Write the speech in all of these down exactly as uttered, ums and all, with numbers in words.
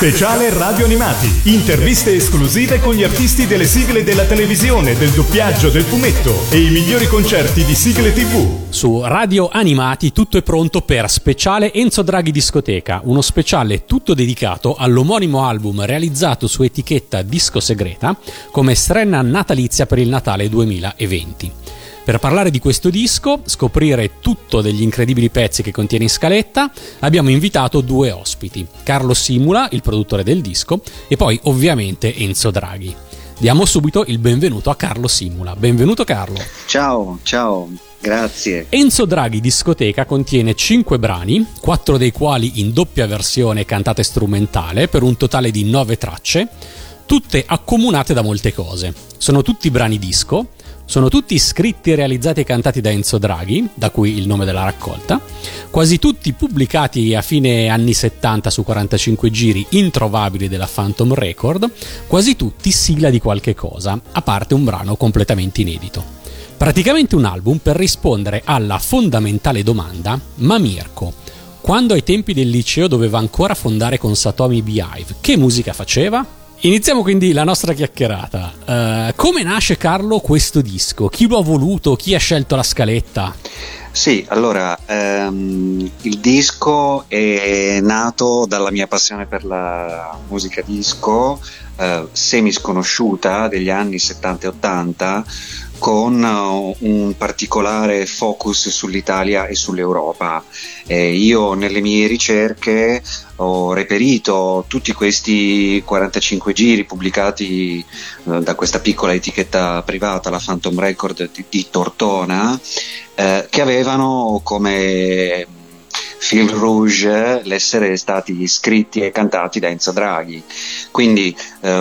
Speciale Radio Animati. Interviste esclusive con gli artisti delle sigle della televisione, del doppiaggio, del fumetto e i migliori concerti di sigle tivù. Su Radio Animati tutto è pronto per Speciale Enzo Draghi Discoteca, uno speciale tutto dedicato all'omonimo album realizzato su etichetta Disco Segreta come estrena natalizia per il Natale duemilaventi. Per parlare di questo disco, scoprire tutto degli incredibili pezzi che contiene in scaletta, abbiamo invitato due ospiti, Carlo Simula, il produttore del disco, e poi ovviamente Enzo Draghi. Diamo subito il benvenuto a Carlo Simula. Benvenuto Carlo. Ciao, ciao, grazie. Enzo Draghi Discoteca contiene cinque brani, quattro dei quali in doppia versione cantata e strumentale, per un totale di nove tracce, tutte accomunate da molte cose. Sono tutti brani disco, sono tutti scritti, realizzati e cantati da Enzo Draghi, da cui il nome della raccolta, quasi tutti pubblicati a fine anni settanta su quarantacinque giri introvabili della Phantom Record, quasi tutti sigla di qualche cosa, a parte un brano completamente inedito. Praticamente un album per rispondere alla fondamentale domanda: ma Mirko, quando ai tempi del liceo doveva ancora fondare con Satomi Beehive, che musica faceva? Iniziamo quindi la nostra chiacchierata. Uh, come nasce, Carlo, questo disco? Chi lo ha voluto? Chi ha scelto la scaletta? Sì, allora, ehm, il disco è nato dalla mia passione per la musica disco, eh, semi sconosciuta degli anni settanta e ottanta, con uh, un particolare focus sull'Italia e sull'Europa. Eh, io nelle mie ricerche ho reperito tutti questi quarantacinque giri pubblicati uh, da questa piccola etichetta privata, la Phantom Record di, di Tortona, eh, che avevano come fil rouge l'essere stati scritti e cantati da Enzo Draghi. Quindi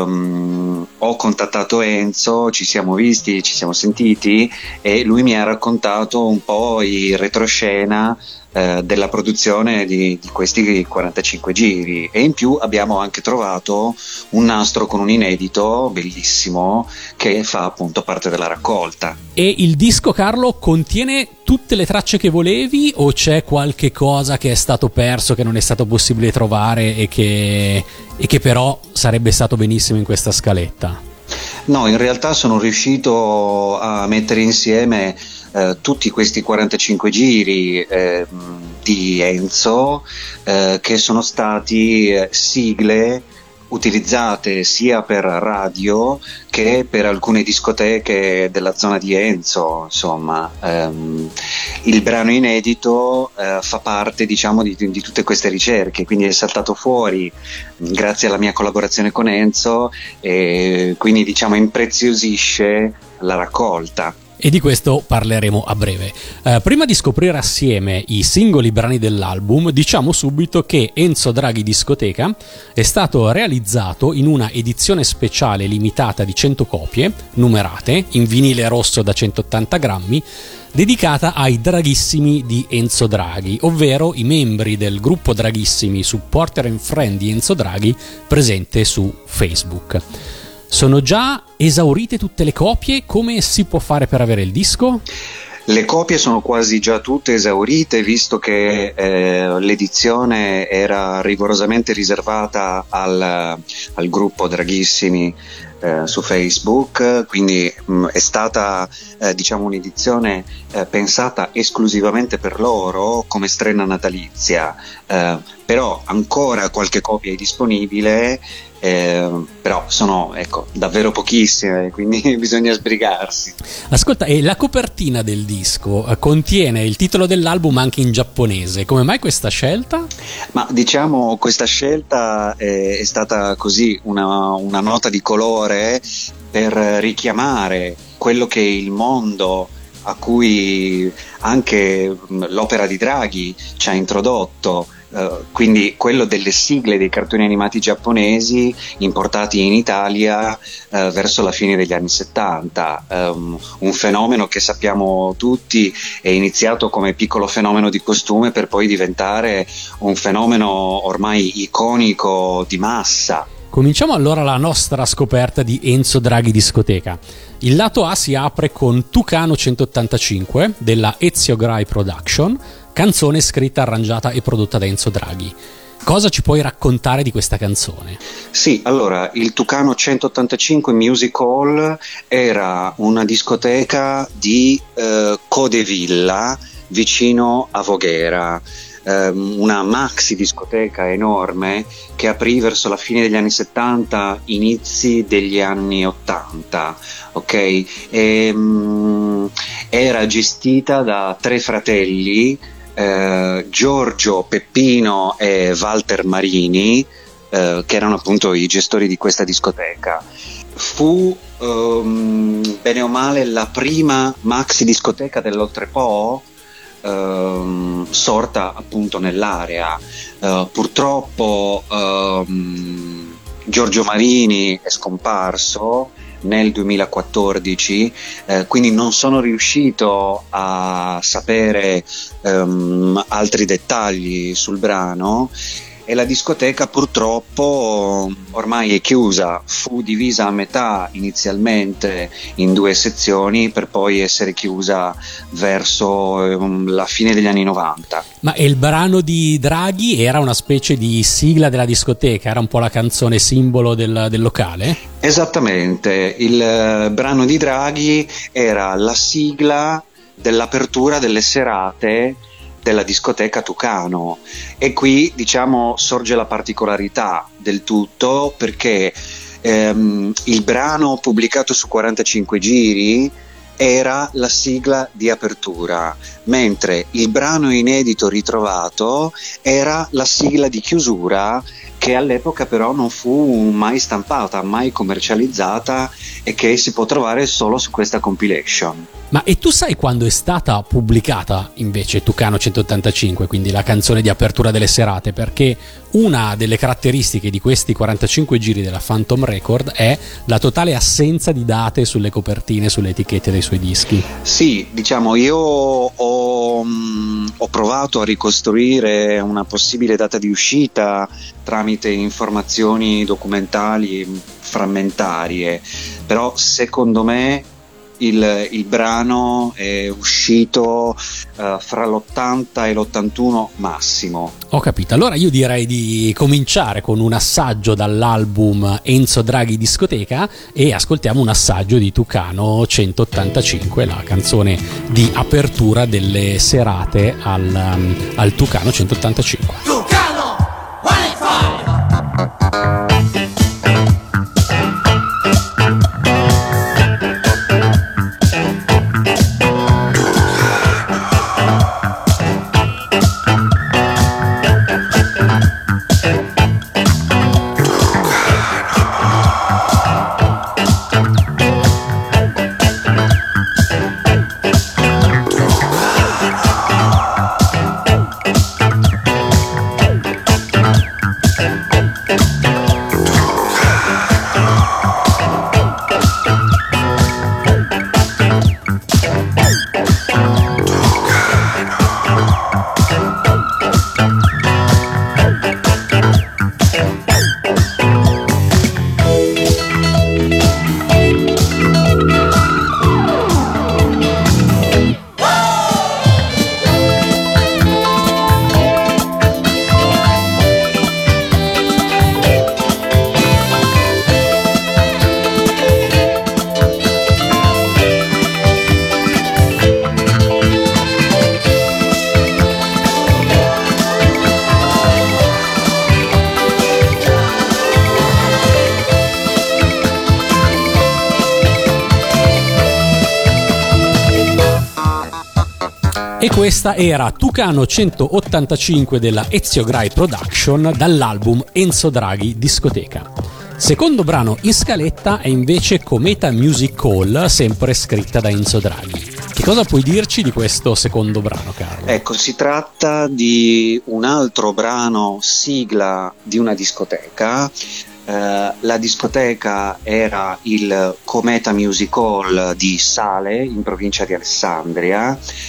um, ho contattato Enzo, ci siamo visti, ci siamo sentiti e lui mi ha raccontato un po' il retroscena eh, della produzione di, di questi quarantacinque giri, e in più abbiamo anche trovato un nastro con un inedito bellissimo che fa appunto parte della raccolta. E il disco, Carlo, contiene tutte le tracce che volevi o c'è qualche cosa che è stato perso, che non è stato possibile trovare e che, e che però sarebbe stato benissimo in questa scaletta? No, in realtà sono riuscito a mettere insieme eh, tutti questi quarantacinque giri eh, di Enzo eh, che sono stati eh, sigle utilizzate sia per radio che per alcune discoteche della zona di Enzo. Insomma, ehm, il brano inedito eh, fa parte, diciamo, di, di tutte queste ricerche, quindi è saltato fuori grazie alla mia collaborazione con Enzo e quindi, diciamo, impreziosisce la raccolta. E di questo parleremo a breve. Eh, prima di scoprire assieme i singoli brani dell'album, diciamo subito che Enzo Draghi Discoteca è stato realizzato in una edizione speciale limitata di cento copie, numerate, in vinile rosso da centottanta grammi, dedicata ai Draghissimi di Enzo Draghi, ovvero i membri del gruppo Draghissimi, supporter and friend di Enzo Draghi, presente su Facebook. Sono già esaurite tutte le copie? Come si può fare per avere il disco? Le copie sono quasi già tutte esaurite, visto che eh, l'edizione era rigorosamente riservata al, al gruppo Draghissimi eh, su Facebook, quindi mh, è stata eh, diciamo un'edizione eh, pensata esclusivamente per loro come strena natalizia, eh, però ancora qualche copia è disponibile. Eh, però sono, ecco, davvero pochissime, quindi bisogna sbrigarsi. Ascolta, e la copertina del disco eh, contiene il titolo dell'album anche in giapponese. Come mai questa scelta? Ma diciamo, questa scelta è, è stata così una, una nota di colore per richiamare quello che è il mondo a cui anche l'opera di Draghi ci ha introdotto. Uh, quindi quello delle sigle dei cartoni animati giapponesi importati in Italia uh, verso la fine degli anni settanta, um, un fenomeno che sappiamo tutti è iniziato come piccolo fenomeno di costume per poi diventare un fenomeno ormai iconico di massa. Cominciamo allora la nostra scoperta di Enzo Draghi Discoteca. Il lato A si apre con Tucano centottantacinque della Ezio Grai Production, canzone scritta, arrangiata e prodotta da Enzo Draghi. Cosa ci puoi raccontare di questa canzone? Sì, allora, il Tucano centottantacinque Music Hall era una discoteca di eh, Codevilla, vicino a Voghera, eh, una maxi discoteca enorme che aprì verso la fine degli anni settanta, inizi degli anni ottanta, ok? E, mh, era gestita da tre fratelli, eh, Giorgio, Peppino e Walter Marini, eh, che erano appunto i gestori di questa discoteca. Fu um, bene o male la prima maxi discoteca dell'Oltrepo um, sorta appunto nell'area. Uh, purtroppo um, Giorgio Marini è scomparso nel duemilaquattordici, eh, quindi non sono riuscito a sapere um, altri dettagli sul brano, e la discoteca purtroppo ormai è chiusa. Fu divisa a metà inizialmente in due sezioni per poi essere chiusa verso um, la fine degli anni novanta. Ma il brano di Draghi era una specie di sigla della discoteca, era un po' la canzone simbolo del, del locale? Esattamente, il eh, brano di Draghi era la sigla dell'apertura delle serate della discoteca Tucano, e qui diciamo sorge la particolarità del tutto, perché ehm, il brano pubblicato su quarantacinque giri era la sigla di apertura, mentre il brano inedito ritrovato era la sigla di chiusura, che all'epoca però non fu mai stampata, mai commercializzata, e che si può trovare solo su questa compilation. Ma e tu sai quando è stata pubblicata invece Tucano centottantacinque, quindi la canzone di apertura delle serate? Perché una delle caratteristiche di questi quarantacinque giri della Phantom Record è la totale assenza di date sulle copertine, sulle etichette dei suoi dischi. Sì, diciamo, io ho, mh, ho provato a ricostruire una possibile data di uscita tramite informazioni documentali frammentarie, però secondo me Il, il brano è uscito uh, fra l'ottanta e l'ottantuno massimo. Ho capito, allora io direi di cominciare con un assaggio dall'album Enzo Draghi Discoteca e ascoltiamo un assaggio di Tucano centottantacinque, la canzone di apertura delle serate al, um, al Tucano centottantacinque. Tucano centocinque. E questa era Tucano centottantacinque della Ezio Grai Production dall'album Enzo Draghi Discoteca. Secondo brano in scaletta è invece Cometa Music Hall, sempre scritta da Enzo Draghi. Che cosa puoi dirci di questo secondo brano, Carlo? Ecco, si tratta di un altro brano sigla di una discoteca. Uh, la discoteca era il Cometa Music Hall di Sale, in provincia di Alessandria,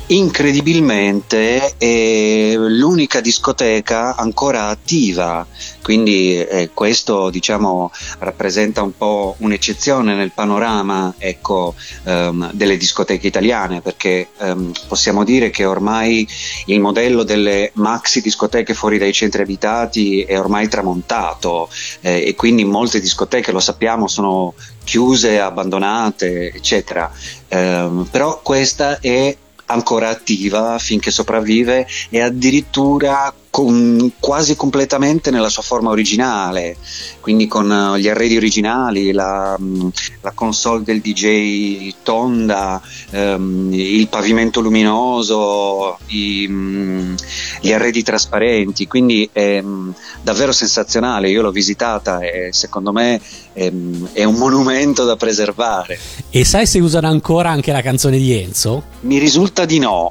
incredibilmente è l'unica discoteca ancora attiva, quindi eh, questo diciamo rappresenta un po' un'eccezione nel panorama, ecco, ehm, delle discoteche italiane, perché ehm, possiamo dire che ormai il modello delle maxi discoteche fuori dai centri abitati è ormai tramontato, eh, e quindi molte discoteche, lo sappiamo, sono chiuse, abbandonate, eccetera, ehm, però questa è ancora attiva finché sopravvive, e addirittura con, quasi completamente nella sua forma originale, quindi con uh, gli arredi originali, la, um, la console del D J tonda, um, il pavimento luminoso, i, um, gli arredi trasparenti, quindi è um, davvero sensazionale. Io l'ho visitata e secondo me è, um, è un monumento da preservare. E sai se usano ancora anche la canzone di Enzo? Mi risulta di no,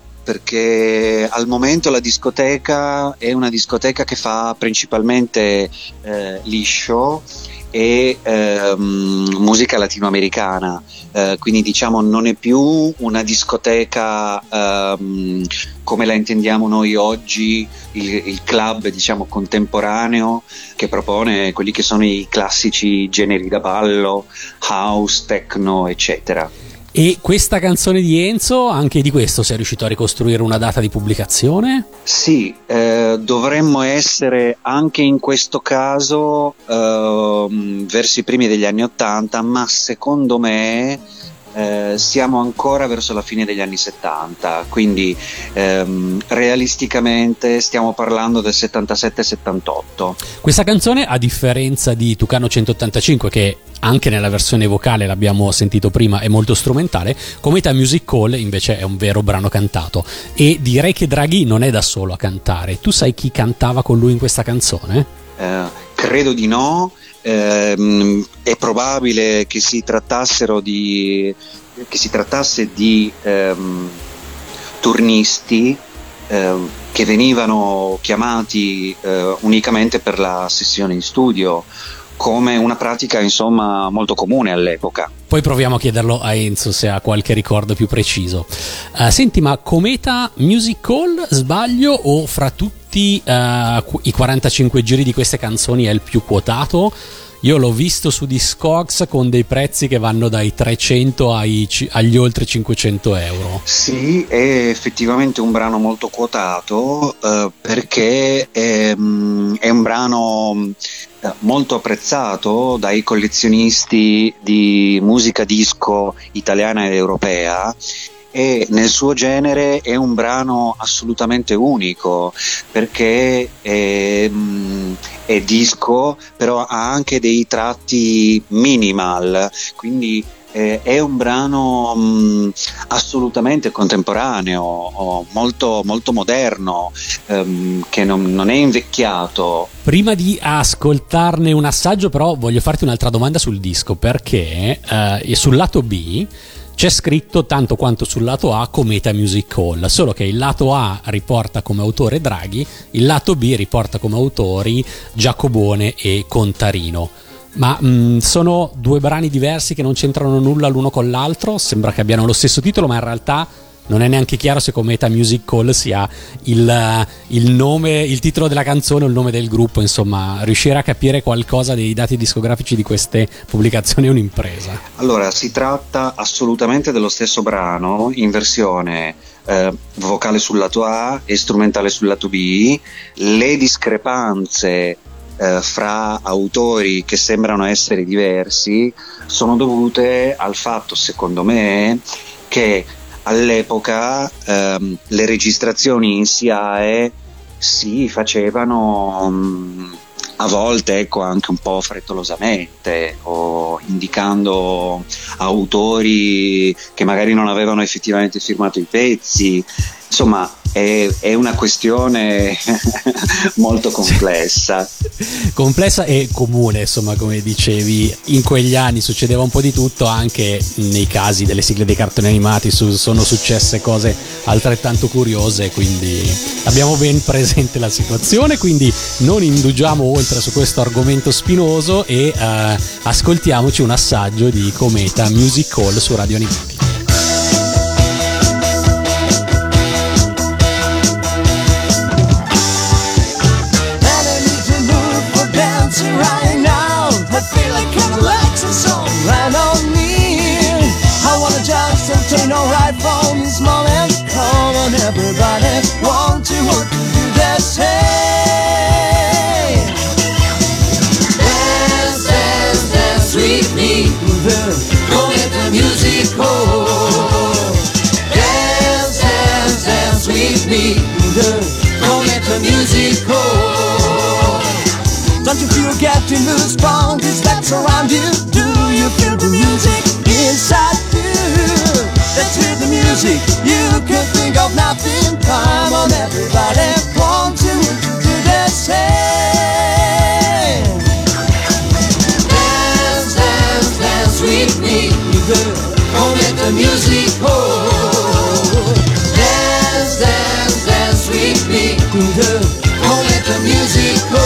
perché al momento la discoteca è una discoteca che fa principalmente eh, liscio e ehm, musica latinoamericana, eh, quindi diciamo non è più una discoteca ehm, come la intendiamo noi oggi, il, il club diciamo contemporaneo che propone quelli che sono i classici generi da ballo, house, techno, eccetera. E questa canzone di Enzo, anche di questo sei riuscito a ricostruire una data di pubblicazione? Sì, eh, dovremmo essere anche in questo caso eh, verso i primi degli anni Ottanta, ma secondo me eh, siamo ancora verso la fine degli anni settanta, quindi ehm, realisticamente stiamo parlando del settantasette settantotto. Questa canzone, a differenza di Tucano centottantacinque, che anche nella versione vocale l'abbiamo sentito prima, è molto strumentale, Cometa Music Hall invece è un vero brano cantato, e direi che Draghi non è da solo a cantare. Tu sai chi cantava con lui in questa canzone? Eh, credo di no, eh, è probabile che si trattassero di che si trattasse di ehm, turnisti eh, che venivano chiamati eh, unicamente per la sessione in studio, come una pratica insomma molto comune all'epoca. Poi proviamo a chiederlo a Enzo se ha qualche ricordo più preciso. Uh, senti, ma Cometa Music Hall, sbaglio, o fra tutti uh, i quarantacinque giri di queste canzoni è il più quotato? Io l'ho visto su Discogs con dei prezzi che vanno dai trecento ai, agli oltre cinquecento euro. Sì, è effettivamente un brano molto quotato eh, perché è, è un brano molto apprezzato dai collezionisti di musica disco italiana ed europea, e nel suo genere è un brano assolutamente unico, perché è, è disco, però ha anche dei tratti minimal, quindi eh, è un brano mh, assolutamente contemporaneo, molto, molto moderno, ehm, che non, non è invecchiato. Prima di ascoltarne un assaggio, però, voglio farti un'altra domanda sul disco, perché eh, sul lato B c'è scritto tanto quanto sul lato A Cometa Music Hall, solo che il lato A riporta come autore Draghi, il lato B riporta come autori Giacobone e Contarino. Ma mh, sono due brani diversi che non c'entrano nulla l'uno con l'altro? Sembra che abbiano lo stesso titolo, ma in realtà non è neanche chiaro se Cometa Music Hall sia il, il nome, il titolo della canzone o il nome del gruppo. Insomma, riuscire a capire qualcosa dei dati discografici di queste pubblicazioni è un'impresa. Allora, si tratta assolutamente dello stesso brano in versione eh, vocale sul lato A e strumentale sul lato B. Le discrepanze eh, fra autori che sembrano essere diversi sono dovute al fatto, secondo me, che all'epoca ehm, le registrazioni in SIAE si facevano mh, a volte, ecco, anche un po' frettolosamente, o indicando autori che magari non avevano effettivamente firmato i pezzi. Insomma, è, è una questione molto complessa. Complessa e comune, insomma, come dicevi, in quegli anni succedeva un po' di tutto, anche nei casi delle sigle dei cartoni animati su, sono successe cose altrettanto curiose, quindi abbiamo ben presente la situazione, quindi non indugiamo oltre su questo argomento spinoso e uh, ascoltiamoci un assaggio di Cometa Music Hall su Radio Animati. dance. Dance, dance, dance, sweet me. Don't let the music go. Dance, dance, dance, sweet me. Don't let the music go. Don't you feel getting loose from these lights around you? Do you feel the music inside you? Let's hear the music, you can think of nothing. Come on everybody, want to do the same. Dance, dance, dance with me. Don't let the music go. Dance, dance, dance with me. Don't let the music go.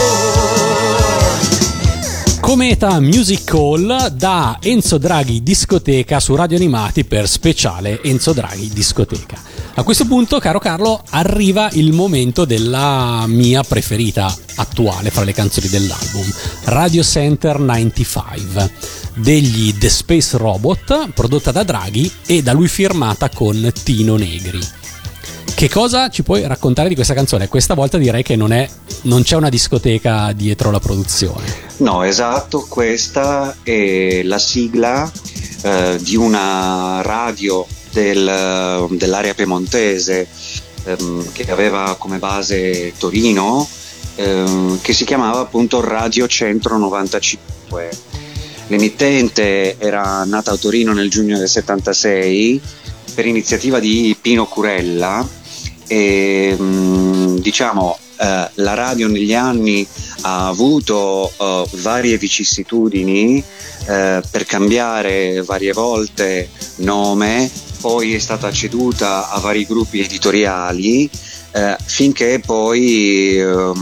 Cometa Music Hall da Enzo Draghi Discoteca su Radio Animati per speciale Enzo Draghi Discoteca. A questo punto, caro Carlo, arriva il momento della mia preferita attuale fra le canzoni dell'album, Radio Center novantacinque degli The Space Robot, prodotta da Draghi e da lui firmata con Tino Negri. Che cosa ci puoi raccontare di questa canzone? Questa volta direi che non è, non c'è una discoteca dietro la produzione. No, esatto, questa è la sigla eh, di una radio del, dell'area piemontese ehm, che aveva come base Torino, ehm, che si chiamava appunto Radio Centro novantacinque. L'emittente era nata a Torino nel giugno del settantasei per iniziativa di Pino Curella. E diciamo eh, la radio negli anni ha avuto eh, varie vicissitudini eh, per cambiare varie volte nome, poi è stata ceduta a vari gruppi editoriali eh, finché poi eh,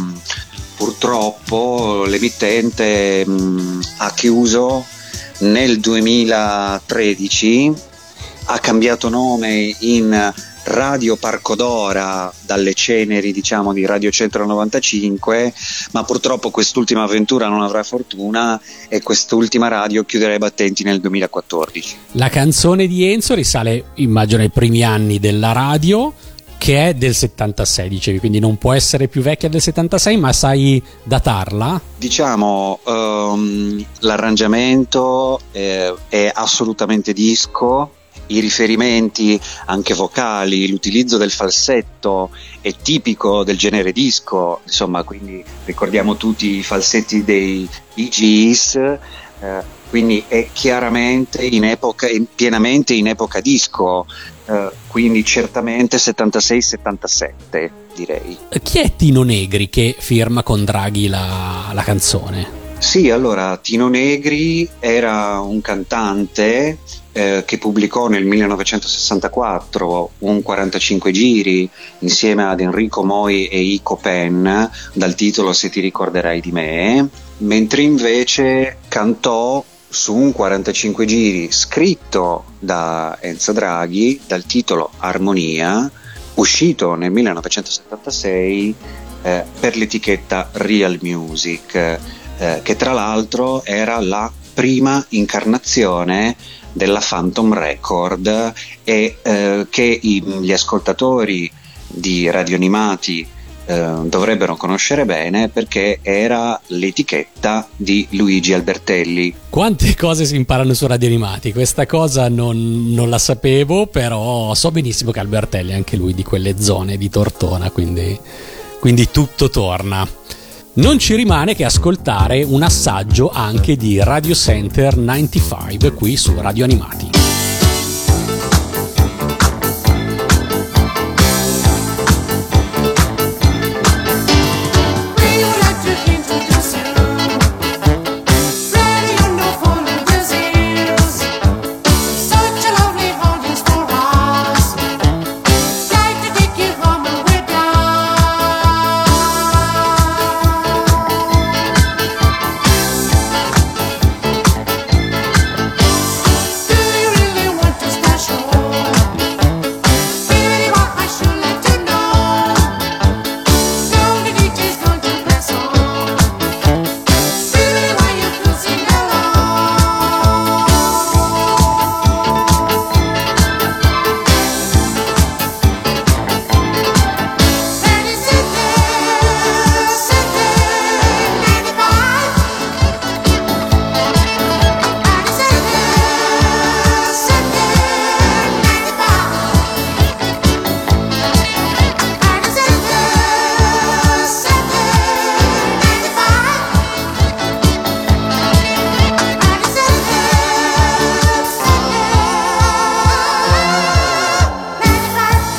purtroppo l'emittente mh, ha chiuso nel duemilatredici, ha cambiato nome in Radio Parco d'Ora dalle ceneri, diciamo, di Radio Centro novantacinque, ma purtroppo quest'ultima avventura non avrà fortuna e quest'ultima radio chiuderà i battenti nel duemilaquattordici. La canzone di Enzo risale, immagino, ai primi anni della radio, che è del settantasei, dicevi, quindi non può essere più vecchia del settantasei, ma sai datarla? Diciamo, um, l'arrangiamento eh, è assolutamente disco. I riferimenti anche vocali, l'utilizzo del falsetto è tipico del genere disco, insomma, quindi ricordiamo tutti i falsetti dei Bee Gees, eh, quindi è chiaramente in epoca, pienamente in epoca disco, eh, quindi certamente settantasei settantasette direi. Chi è Tino Negri che firma con Draghi la, la canzone? Sì, allora Tino Negri era un cantante eh, che pubblicò nel millenovecentosessantaquattro un quarantacinque giri insieme ad Enrico Moi e Ico Pen dal titolo Se ti ricorderai di me, mentre invece cantò su un quarantacinque giri scritto da Enzo Draghi dal titolo Armonia, uscito nel millenovecentosettantasei eh, per l'etichetta Real Music, eh, che tra l'altro era la prima incarnazione della Phantom Record e eh, che i, gli ascoltatori di Radio Animati eh, dovrebbero conoscere bene, perché era l'etichetta di Luigi Albertelli. Quante cose si imparano su Radio Animati, questa cosa non, non la sapevo, però so benissimo che Albertelli è anche lui di quelle zone di Tortona, quindi, quindi tutto torna. Non ci rimane che ascoltare un assaggio anche di Radio Center novantacinque qui su Radio Animati. Do you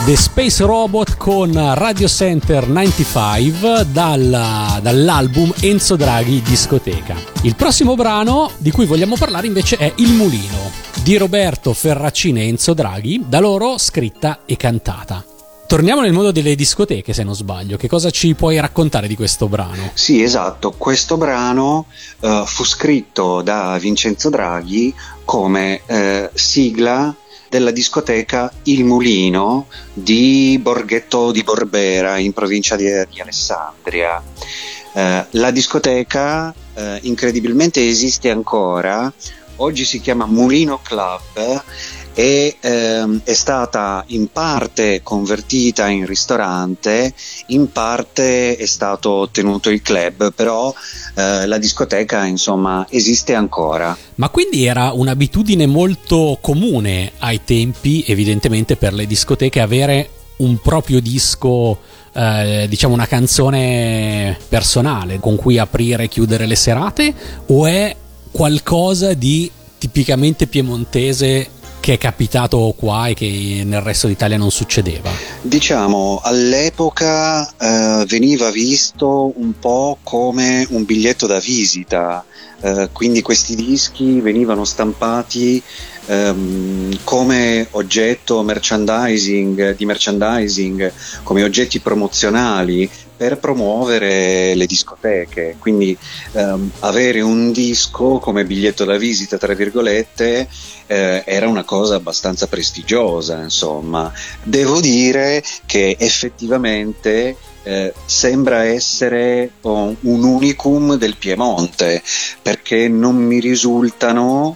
The Space Robot con Radio Center novantacinque dal, dall'album Enzo Draghi Discoteca. Il prossimo brano di cui vogliamo parlare invece è Il Mulino di Roberto Ferracin e Enzo Draghi, da loro scritta e cantata. Torniamo nel mondo delle discoteche, se non sbaglio. Che cosa ci puoi raccontare di questo brano? Sì, esatto. Questo brano uh, fu scritto da Vincenzo Draghi come uh, sigla della discoteca Il Mulino di Borghetto di Borbera, in provincia di, di Alessandria. Uh, la discoteca uh, incredibilmente esiste ancora. Oggi si chiama Mulino Club e ehm, è stata in parte convertita in ristorante, in parte è stato tenuto il club, però eh, la discoteca insomma esiste ancora. Ma quindi era un'abitudine molto comune ai tempi, evidentemente, per le discoteche avere un proprio disco, eh, diciamo una canzone personale con cui aprire e chiudere le serate, o è qualcosa di tipicamente piemontese che è capitato qua e che nel resto d'Italia non succedeva? Diciamo, all'epoca eh, veniva visto un po' come un biglietto da visita, eh, quindi questi dischi venivano stampati ehm, come oggetto merchandising, di merchandising, come oggetti promozionali per promuovere le discoteche, quindi ehm, avere un disco come biglietto da visita, tra virgolette, eh, era una cosa abbastanza prestigiosa, insomma. Devo dire che effettivamente eh, sembra essere oh, un unicum del Piemonte, perché non mi risultano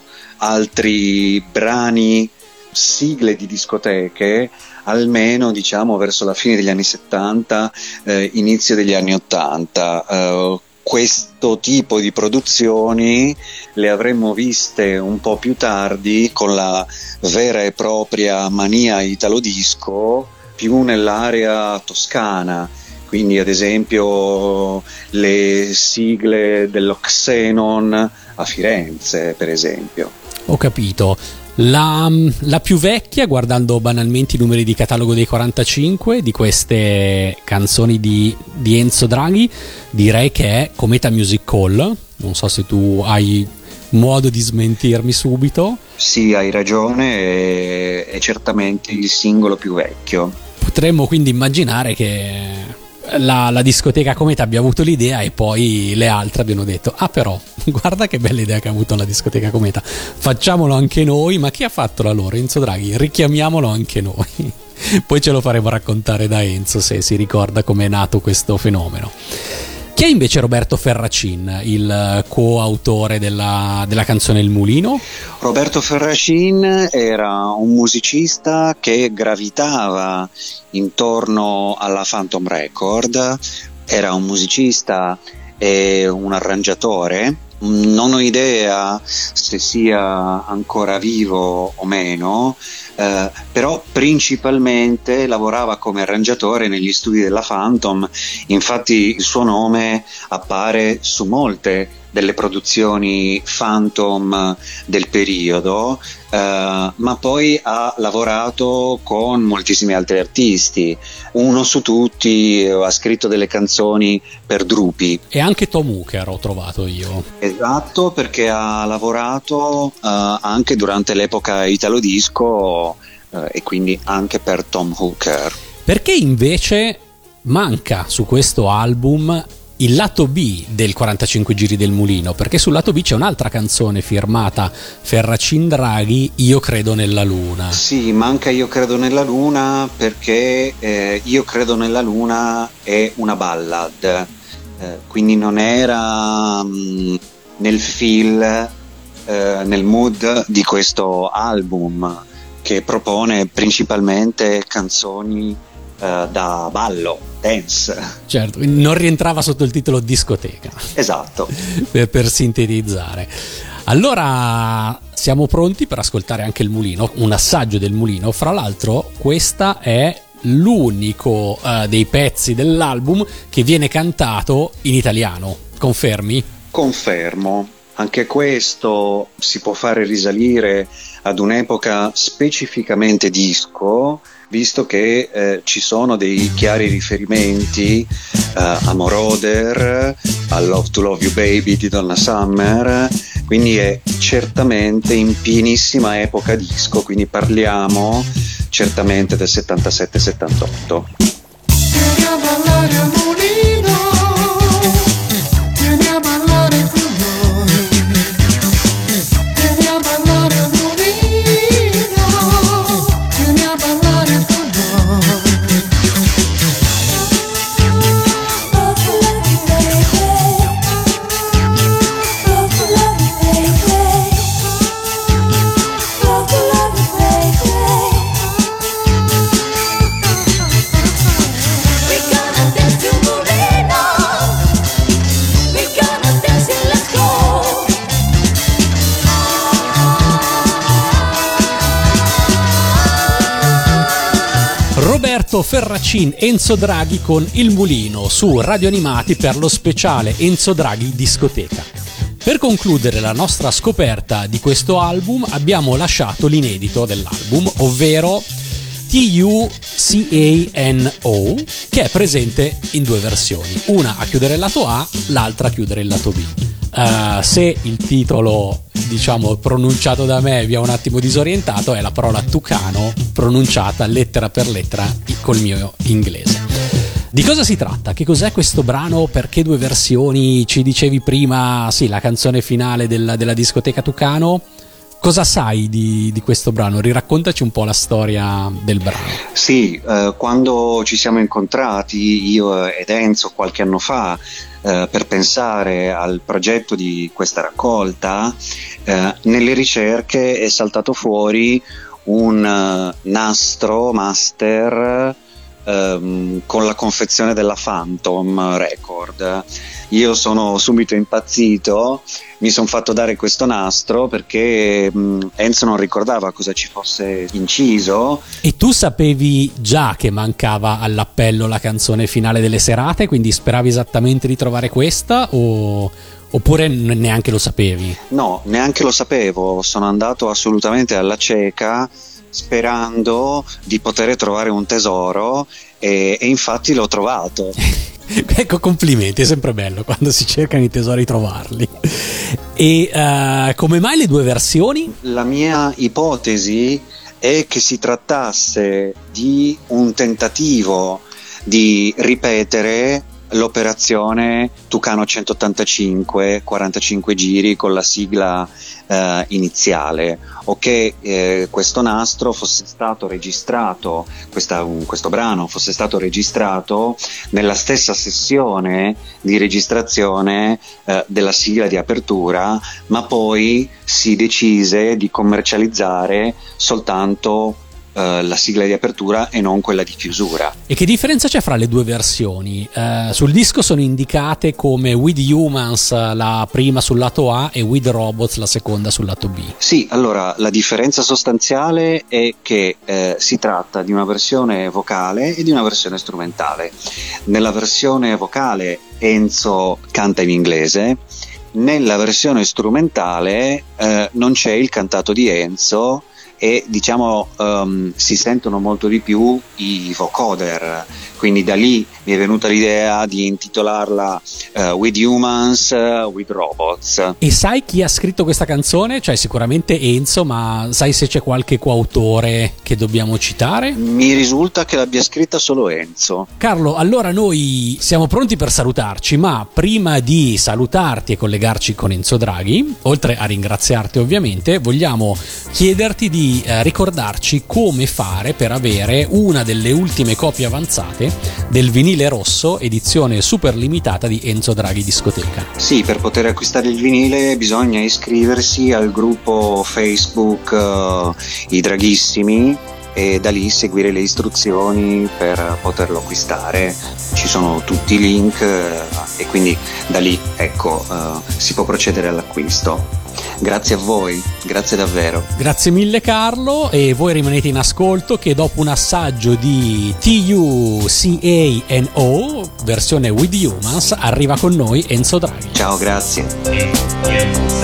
altri brani, sigle di discoteche, almeno diciamo verso la fine degli anni settanta, eh, inizio degli anni ottanta. Eh, questo tipo di produzioni le avremmo viste un po' più tardi con la vera e propria mania italo disco, più nell'area toscana, quindi ad esempio le sigle dello Xenon a Firenze, per esempio. Ho capito. La, la più vecchia, guardando banalmente i numeri di catalogo dei quarantacinque di queste canzoni di, di Enzo Draghi, direi che è Cometa Music Hall. Non so se tu hai modo di smentirmi subito. Sì, hai ragione, è, è certamente il singolo più vecchio. Potremmo quindi immaginare che La, la discoteca Cometa abbia avuto l'idea e poi le altre abbiano detto: ah, però guarda che bella idea che ha avuto la discoteca Cometa, facciamolo anche noi. Ma chi ha fatto la loro? Enzo Draghi, richiamiamolo anche noi. Poi ce lo faremo raccontare da Enzo, se si ricorda come è nato questo fenomeno. Chi è invece Roberto Ferracin, il coautore della, della canzone Il Mulino? Roberto Ferracin era un musicista che gravitava intorno alla Phantom Record, era un musicista e un arrangiatore. Non ho idea se sia ancora vivo o meno, eh, però principalmente lavorava come arrangiatore negli studi della Phantom. Infatti il suo nome appare su molte delle produzioni Phantom del periodo, eh, ma poi ha lavorato con moltissimi altri artisti. Uno su tutti ha scritto delle canzoni per Drupi. E anche Tom Hooker ho trovato io. Esatto, perché ha lavorato uh, anche durante l'epoca italo disco uh, e quindi anche per Tom Hooker. Perché invece manca su questo album il lato B del quarantacinque giri del Mulino? Perché sul lato B c'è un'altra canzone firmata Ferracin Draghi, Io credo nella luna. Sì, manca Io credo nella luna perché eh, Io credo nella luna è una ballad, eh, quindi non era mh, nel feel, eh, nel mood di questo album, che propone principalmente canzoni Uh, da ballo, dance. Certo, non rientrava sotto il titolo discoteca. Esatto. per, per sintetizzare. Allora siamo pronti per ascoltare anche il Mulino, un assaggio del Mulino. Fra l'altro questa è l'unico uh, dei pezzi dell'album che viene cantato in italiano. Confermi? Confermo. Anche questo si può fare risalire ad un'epoca specificamente disco, visto che eh, ci sono dei chiari riferimenti uh, a Moroder, a Love to Love You Baby di Donna Summer, quindi è certamente in pienissima epoca disco, quindi parliamo certamente del settantasette settantotto. Ferracin, Enzo Draghi con Il Mulino su Radio Animati per lo speciale Enzo Draghi Discoteca. Per concludere la nostra scoperta di questo album abbiamo lasciato l'inedito dell'album, ovvero T U C A N O, che è presente in due versioni, una a chiudere il lato A, l'altra a chiudere il lato B. Uh, se il titolo, diciamo, pronunciato da me vi ha un attimo disorientato, è la parola Tucano pronunciata lettera per lettera col mio inglese. Di cosa si tratta? Che cos'è questo brano? Perché due versioni? Ci dicevi prima, sì, la canzone finale della, della discoteca Tucano. Cosa sai di, di questo brano? Riraccontaci un po' la storia del brano. Sì, eh, quando ci siamo incontrati io ed Enzo qualche anno fa eh, per pensare al progetto di questa raccolta, eh, nelle ricerche è saltato fuori un uh, nastro master um, con la confezione della Phantom Record. Io sono subito impazzito, mi sono fatto dare questo nastro perché um, Enzo non ricordava cosa ci fosse inciso. E tu sapevi già che mancava all'appello la canzone finale delle serate, quindi speravi esattamente di trovare questa o... oppure neanche lo sapevi? No, neanche lo sapevo, sono andato assolutamente alla cieca sperando di poter trovare un tesoro e, e infatti l'ho trovato. Ecco, complimenti, è sempre bello quando si cercano i tesori trovarli. E uh, come mai le due versioni? La mia ipotesi è che si trattasse di un tentativo di ripetere l'operazione Tucano centottantacinque, quarantacinque giri con la sigla eh, iniziale, o che eh, questo nastro fosse stato registrato, questa, un, questo brano fosse stato registrato nella stessa sessione di registrazione eh, della sigla di apertura, ma poi si decise di commercializzare soltanto la sigla di apertura e non quella di chiusura. E che differenza c'è fra le due versioni? Uh, sul disco sono indicate come With Humans la prima sul lato A e With Robots la seconda sul lato B. Sì, allora la differenza sostanziale è che eh, si tratta di una versione vocale e di una versione strumentale. Nella versione vocale Enzo canta in inglese, nella versione strumentale eh, non c'è il cantato di Enzo e diciamo um, si sentono molto di più i vocoder, quindi da lì mi è venuta l'idea di intitolarla uh, With Humans, uh, With Robots. E sai chi ha scritto questa canzone? Cioè sicuramente Enzo, ma sai se c'è qualche coautore che dobbiamo citare? Mi risulta che l'abbia scritta solo Enzo. Carlo, allora noi siamo pronti per salutarci, ma prima di salutarti e collegarci con Enzo Draghi, oltre a ringraziarti ovviamente, vogliamo chiederti di eh, ricordarci come fare per avere una delle ultime copie avanzate del vinile rosso edizione super limitata di Enzo Draghi Discoteca. Sì, per poter acquistare il vinile bisogna iscriversi al gruppo Facebook uh, I Draghissimi e da lì seguire le istruzioni per poterlo acquistare. Ci sono tutti i link uh, e quindi da lì ecco uh, si può procedere all'acquisto. Grazie a voi, grazie davvero. Grazie mille Carlo, e voi rimanete in ascolto che dopo un assaggio di T U C A N O versione With Humans arriva con noi Enzo Draghi. Ciao, grazie.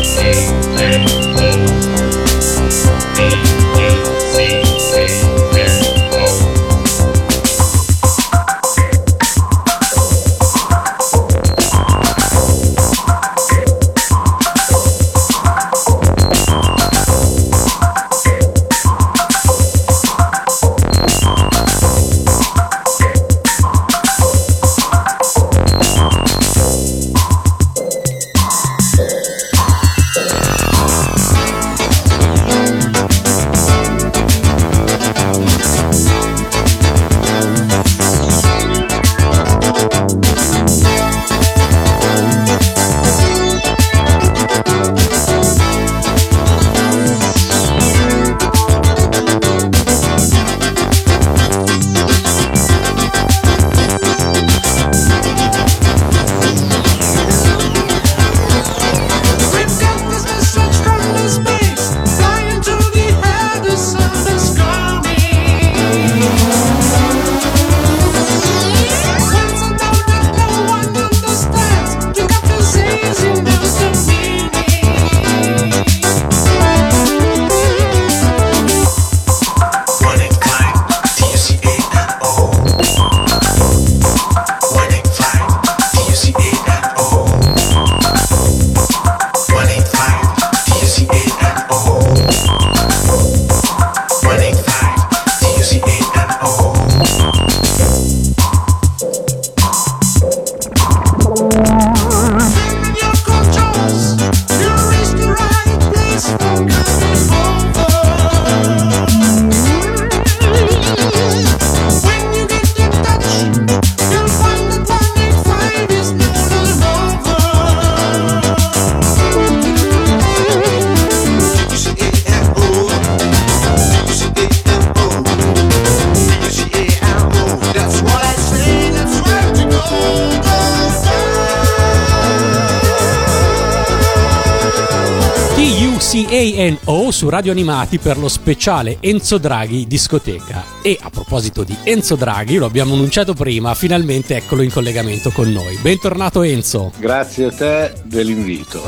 C A N O su Radio Animati per lo speciale Enzo Draghi discoteca. E a proposito di Enzo Draghi, lo abbiamo annunciato prima, finalmente eccolo in collegamento con noi. Bentornato Enzo. Grazie a te dell'invito.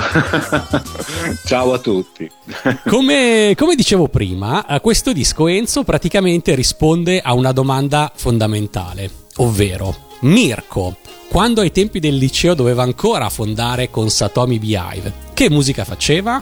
Ciao a tutti. Come, come dicevo prima, questo disco Enzo praticamente risponde a una domanda fondamentale, ovvero Mirko, quando ai tempi del liceo doveva ancora fondare con Satomi Beehive, che musica faceva?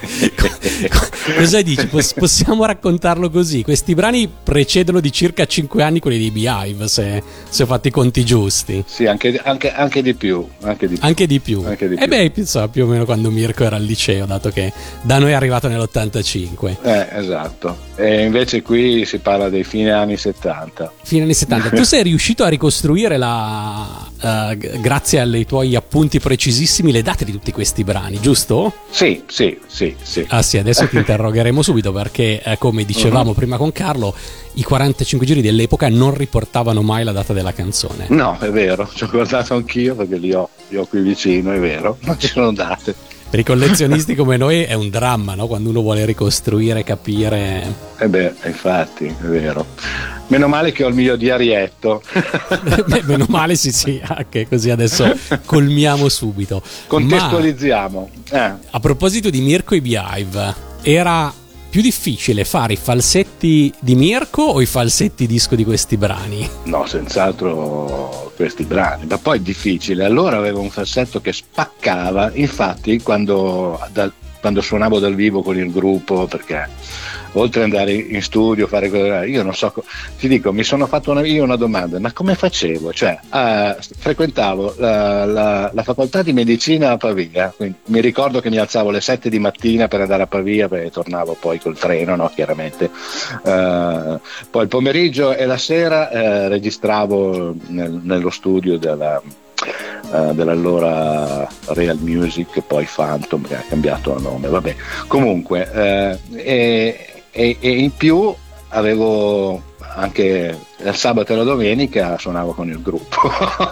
Cosa dici? Possiamo raccontarlo così? Questi brani precedono di circa cinque anni quelli di Beehive, se, se ho fatto i conti giusti. Sì, anche, anche, anche di più. Anche di più. Anche di più. Anche di e beh, pensavo più o meno quando Mirko era al liceo, dato che da noi è arrivato nell'ottantacinque. Eh, esatto. E invece qui si parla dei fine anni settanta. Fine anni settanta. Tu sei riuscito a ricostruire la, uh, grazie ai tuoi appunti precisissimi, le date di tutti questi brani, giusto? Sì, sì, sì, sì. Ah sì, adesso ti interrogheremo subito perché, eh, come dicevamo uh-huh. prima con Carlo, i quarantacinque giri dell'epoca non riportavano mai la data della canzone. No, è vero, ci ho guardato anch'io perché li ho, li ho qui vicino, è vero, non ci sono date. Per i collezionisti come noi è un dramma, no? Quando uno vuole ricostruire, capire. Eh beh, infatti, è vero. Meno male che ho il mio diarietto. Beh, meno male, sì, sì, anche così adesso colmiamo subito. Contestualizziamo. Ma, eh. A proposito di Mirko e Beehive, era più difficile fare i falsetti di Mirko o i falsetti disco di questi brani? No, senz'altro questi brani, ma poi difficile. Allora avevo un falsetto che spaccava, infatti quando, da, quando suonavo dal vivo con il gruppo, perché oltre ad andare in studio, fare cose, io non so, ti dico, mi sono fatto una, io una domanda, ma come facevo? Cioè, eh, frequentavo la, la, la facoltà di medicina a Pavia, quindi mi ricordo che mi alzavo alle sette di mattina per andare a Pavia, perché tornavo poi col treno, no, chiaramente. Eh, poi il pomeriggio e la sera eh, registravo nel, nello studio della Uh, dell'allora Real Music, poi Phantom, che ha cambiato nome, vabbè. Comunque uh, e, e, e in più avevo anche il sabato e la domenica suonavo con il gruppo.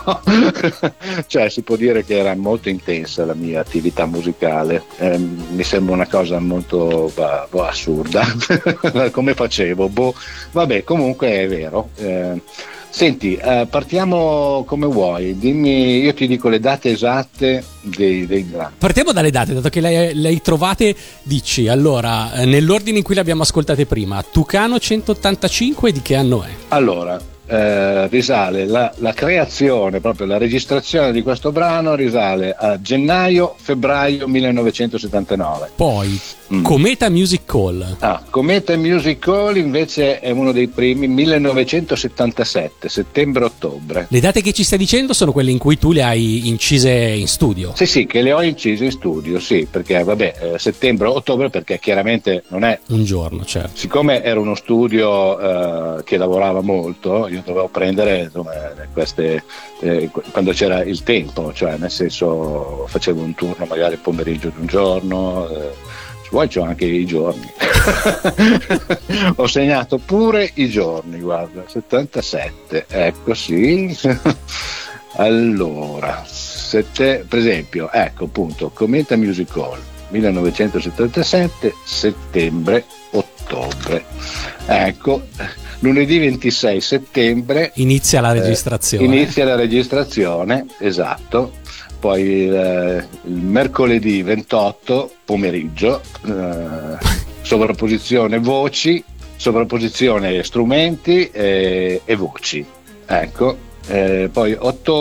Cioè si può dire che era molto intensa la mia attività musicale. Eh, mi sembra una cosa molto bah, boh, assurda. Come facevo? Boh. Vabbè, comunque è vero. Eh, Senti, eh, partiamo come vuoi, dimmi, io ti dico le date esatte dei, dei brani. Partiamo dalle date, dato che le, le hai trovate, dici, allora, eh, nell'ordine in cui le abbiamo ascoltate prima, Tucano centottantacinque di che anno è? Allora, eh, risale, la, la creazione, proprio la registrazione di questo brano risale a gennaio-febbraio millenovecentosettantanove. Poi, Mm. Cometa Music Hall. Ah, Cometa Music Hall invece è uno dei primi, millenovecentosettantasette, settembre-ottobre. Le date che ci stai dicendo sono quelle in cui tu le hai incise in studio. Sì, sì, che le ho incise in studio, sì, perché vabbè, eh, settembre-ottobre, perché chiaramente non è... Un giorno, certo. Siccome era uno studio eh, che lavorava molto, io dovevo prendere insomma, queste, eh, quando c'era il tempo, cioè nel senso facevo un turno magari il pomeriggio di un giorno, eh, poi c'ho anche i giorni. Ho segnato pure i giorni, guarda, settantasette, ecco sì. Allora, sette, per esempio, ecco appunto, Cometa Music Hall, millenovecentosettantasette, settembre-ottobre. Ecco, lunedì ventisei settembre inizia la registrazione. Eh, inizia la registrazione, esatto. Poi il, il mercoledì ventotto pomeriggio, eh, sovrapposizione voci, sovrapposizione strumenti e, e voci. Ecco, eh, poi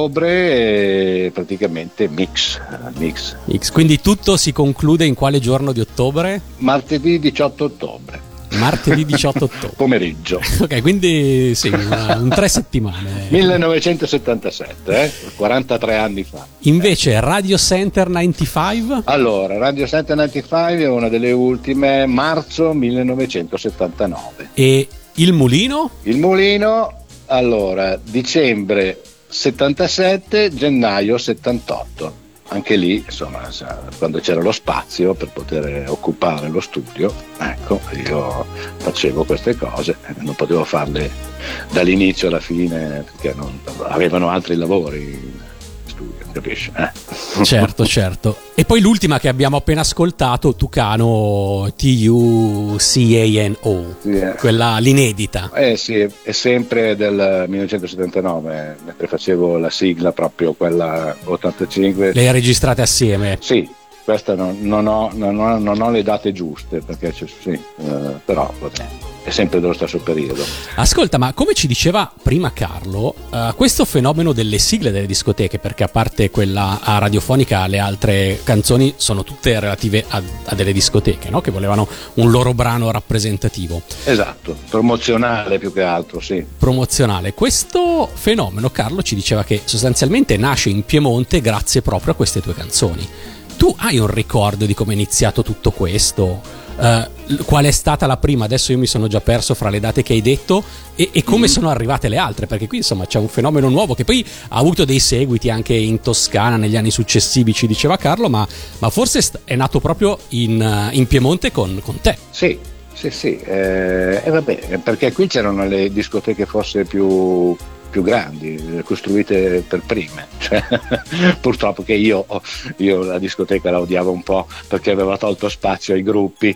ottobre eh, praticamente mix, mix. X. Quindi tutto si conclude in quale giorno di ottobre? Martedì diciotto ottobre. Martedì diciotto ottobre. Pomeriggio. Ok, quindi sì, una, un tre settimane. millenovecentosettantasette, eh? quarantatré anni fa. Invece Radio Center novantacinque? Allora, Radio Center novantacinque è una delle ultime, marzo millenovecentosettantanove. E Il Mulino? Il Mulino, allora, dicembre settantasette, gennaio settantotto. Anche lì, insomma, quando c'era lo spazio per poter occupare lo studio, ecco, io facevo queste cose, non potevo farle dall'inizio alla fine perché non, avevano altri lavori in studio, capisci? Eh? Certo, certo. E poi l'ultima che abbiamo appena ascoltato, Tucano, T U C A N O, Sì, eh. quella l'inedita. Eh sì, è sempre del millenovecentosettantanove, mentre facevo la sigla proprio quella ottantacinque. Le hai registrate assieme? Sì, questa non, non, ho, non, ho, non ho le date giuste, perché c'è, sì, eh, però vabbè, è sempre dello stesso periodo. Ascolta, ma come ci diceva prima Carlo, uh, questo fenomeno delle sigle delle discoteche, perché a parte quella a radiofonica, le altre canzoni sono tutte relative a, a delle discoteche, no? Che volevano un loro brano rappresentativo. Esatto, promozionale più che altro, sì. Promozionale. Questo fenomeno, Carlo ci diceva che sostanzialmente nasce in Piemonte grazie proprio a queste tue canzoni. Tu hai un ricordo di come è iniziato tutto questo? Uh, qual è stata la prima? Adesso io mi sono già perso fra le date che hai detto e, e come mm-hmm. sono arrivate le altre, perché qui insomma c'è un fenomeno nuovo che poi ha avuto dei seguiti anche in Toscana negli anni successivi, ci diceva Carlo, ma, ma forse è nato proprio in, in Piemonte con, con te. Sì, sì, sì, e eh, vabbè, perché qui c'erano le discoteche forse più più grandi, costruite per prime, cioè, purtroppo che io, io la discoteca la odiavo un po' perché aveva tolto spazio ai gruppi.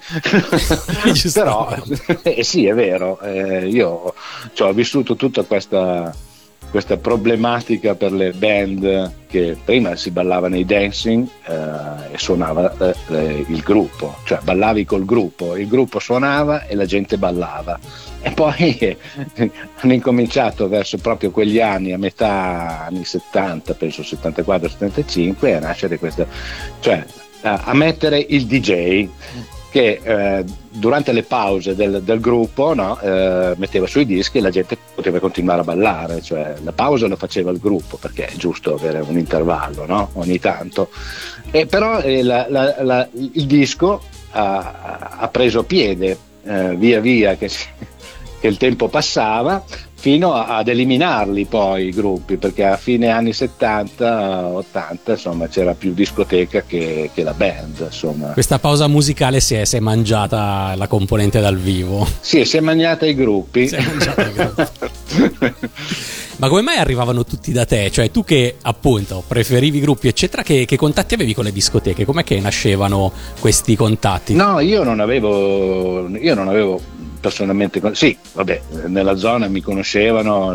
Però eh, sì, è vero, eh, io cioè, ho vissuto tutta questa questa problematica per le band che prima si ballava nei dancing eh, e suonava eh, il gruppo, cioè ballavi col gruppo, il gruppo suonava e la gente ballava. E poi eh, hanno incominciato verso proprio quegli anni, a metà anni settanta, penso settantaquattro settantacinque, a nascere questa, cioè a, a mettere il D J che eh, durante le pause del, del gruppo, no, eh, metteva sui dischi e la gente poteva continuare a ballare, cioè la pausa lo faceva il gruppo perché è giusto avere un intervallo, no, ogni tanto. E però eh, la, la, la, il disco ha, ha preso piede eh, via via che, che il tempo passava, fino ad eliminarli poi i gruppi, perché a fine anni settanta ottanta insomma c'era più discoteca che, che la band, insomma. Questa pausa musicale si è, si è mangiata la componente dal vivo. Sì, si è mangiata i gruppi. Si è mangiata i gruppi. Ma come mai arrivavano tutti da te? Cioè tu che appunto preferivi i gruppi eccetera, che, che contatti avevi con le discoteche? Com'è che nascevano questi contatti? No, io non avevo io non avevo personalmente, sì, vabbè, nella zona mi conoscevano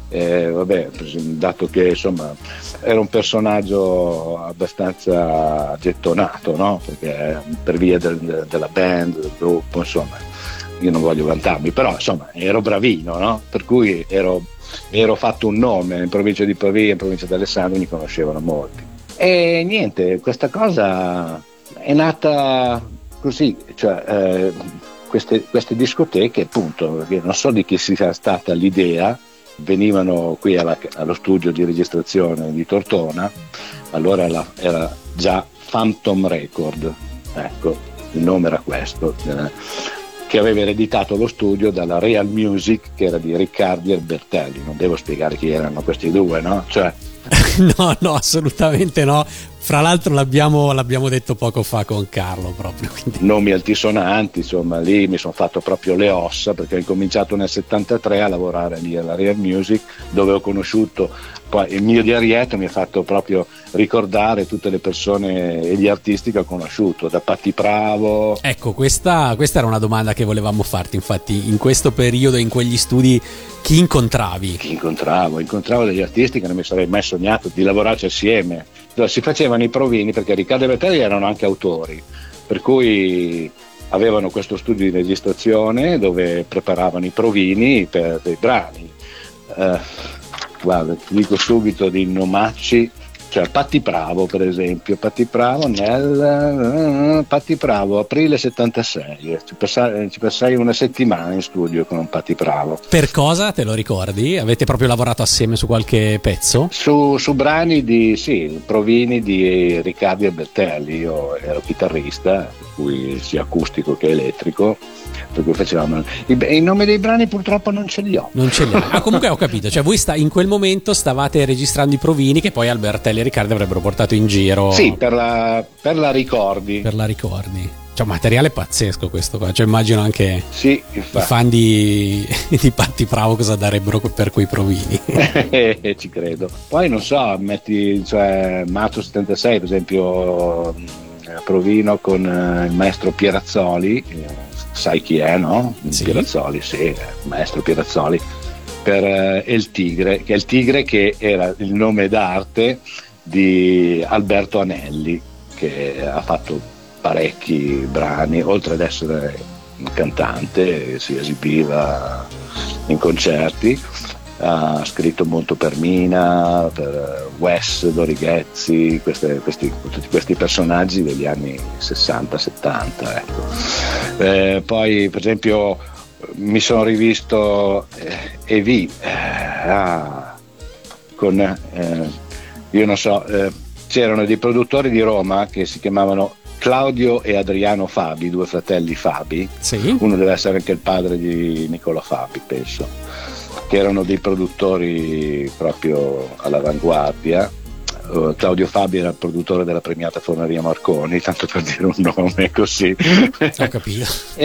Eh, vabbè, dato che insomma era un personaggio abbastanza gettonato, no? Perché per via del, della band, del gruppo, insomma, io non voglio vantarmi, però insomma ero bravino, no? Per cui ero, ero fatto un nome in provincia di Pavia, in provincia di Alessandria, mi conoscevano molti. E niente, questa cosa è nata così, cioè eh, queste, queste discoteche, appunto, perché non so di chi sia stata l'idea. Venivano qui alla, allo studio di registrazione di Tortona, allora la, era già Phantom Record, ecco, il nome era questo, eh, che aveva ereditato lo studio dalla Real Music, che era di Riccardi e Bertelli. Non devo spiegare chi erano questi due, no? Cioè... no, no, assolutamente no. Fra l'altro l'abbiamo, l'abbiamo detto poco fa con Carlo proprio. Quindi. Nomi altisonanti, insomma, lì mi sono fatto proprio le ossa, perché ho incominciato nel settantatré a lavorare lì alla Real Music, dove ho conosciuto, poi il mio diarietto mi ha fatto proprio ricordare tutte le persone e gli artisti che ho conosciuto, da Patti Pravo. Ecco, questa, questa era una domanda che volevamo farti, infatti, in questo periodo, in quegli studi, chi incontravi? Chi incontravo? Incontravo degli artisti che non mi sarei mai sognato di lavorarci assieme. Si facevano i provini, perché Riccardo e Bertelli erano anche autori, per cui avevano questo studio di registrazione dove preparavano i provini per dei brani. Eh, guarda, ti dico subito di nomacci, cioè Patti Pravo per esempio, Patti Pravo nel uh, Patti Pravo aprile settantasei, ci passai, ci passai una settimana in studio con Patti Pravo. Per cosa te lo ricordi? Avete proprio lavorato assieme su qualche pezzo? Su, su brani di, sì, provini di Riccardi e Bertelli. Io ero chitarrista, per cui sia acustico che elettrico, per cui facevamo i, i nomi dei brani purtroppo non ce li ho. Non ce li ho. Ah, comunque ho capito, cioè voi sta, in quel momento stavate registrando i provini che poi Bertelli e Riccardi avrebbero portato in giro. Sì, per la, per la Ricordi. Per la Ricordi. Cioè materiale pazzesco questo qua, cioè immagino anche sì, i fan di, di Patti Pravo cosa darebbero per quei provini. Ci credo. Poi non so, metti, cioè Mato settantasei per esempio, provino con il maestro Pierazzoli, sai chi è, no? Sì. Pierazzoli, sì, il maestro Pierazzoli, per eh, Il Tigre, che è il Tigre che era il nome d'arte di Alberto Anelli, che ha fatto parecchi brani, oltre ad essere un cantante, si esibiva in concerti, ha scritto molto per Mina, per Wes, Dorighezzi, queste, questi, tutti questi personaggi degli anni sessanta settanta, ecco. Eh, poi per esempio mi sono rivisto eh, E V eh, ah, con eh, io non so, eh, c'erano dei produttori di Roma che si chiamavano Claudio e Adriano Fabi, due fratelli Fabi. Sì. Uno deve essere anche il padre di Nicola Fabi, penso, che erano dei produttori proprio all'avanguardia. Uh, Claudio Fabi era il produttore della premiata Forneria Marconi, tanto per dire un nome così. Ho capito.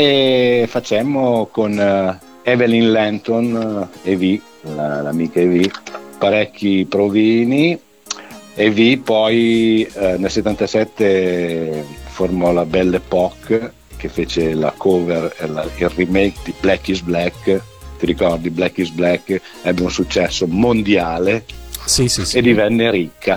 E facemmo con uh, Evelyn Lanton, uh, E V, la, l'amica E V, parecchi provini. E V poi eh, nel settantasette formò la Belle Époque, che fece la cover e la, il remake di Black is Black. Ti ricordi? Black is Black ebbe un successo mondiale. Sì, sì, sì. E divenne ricca.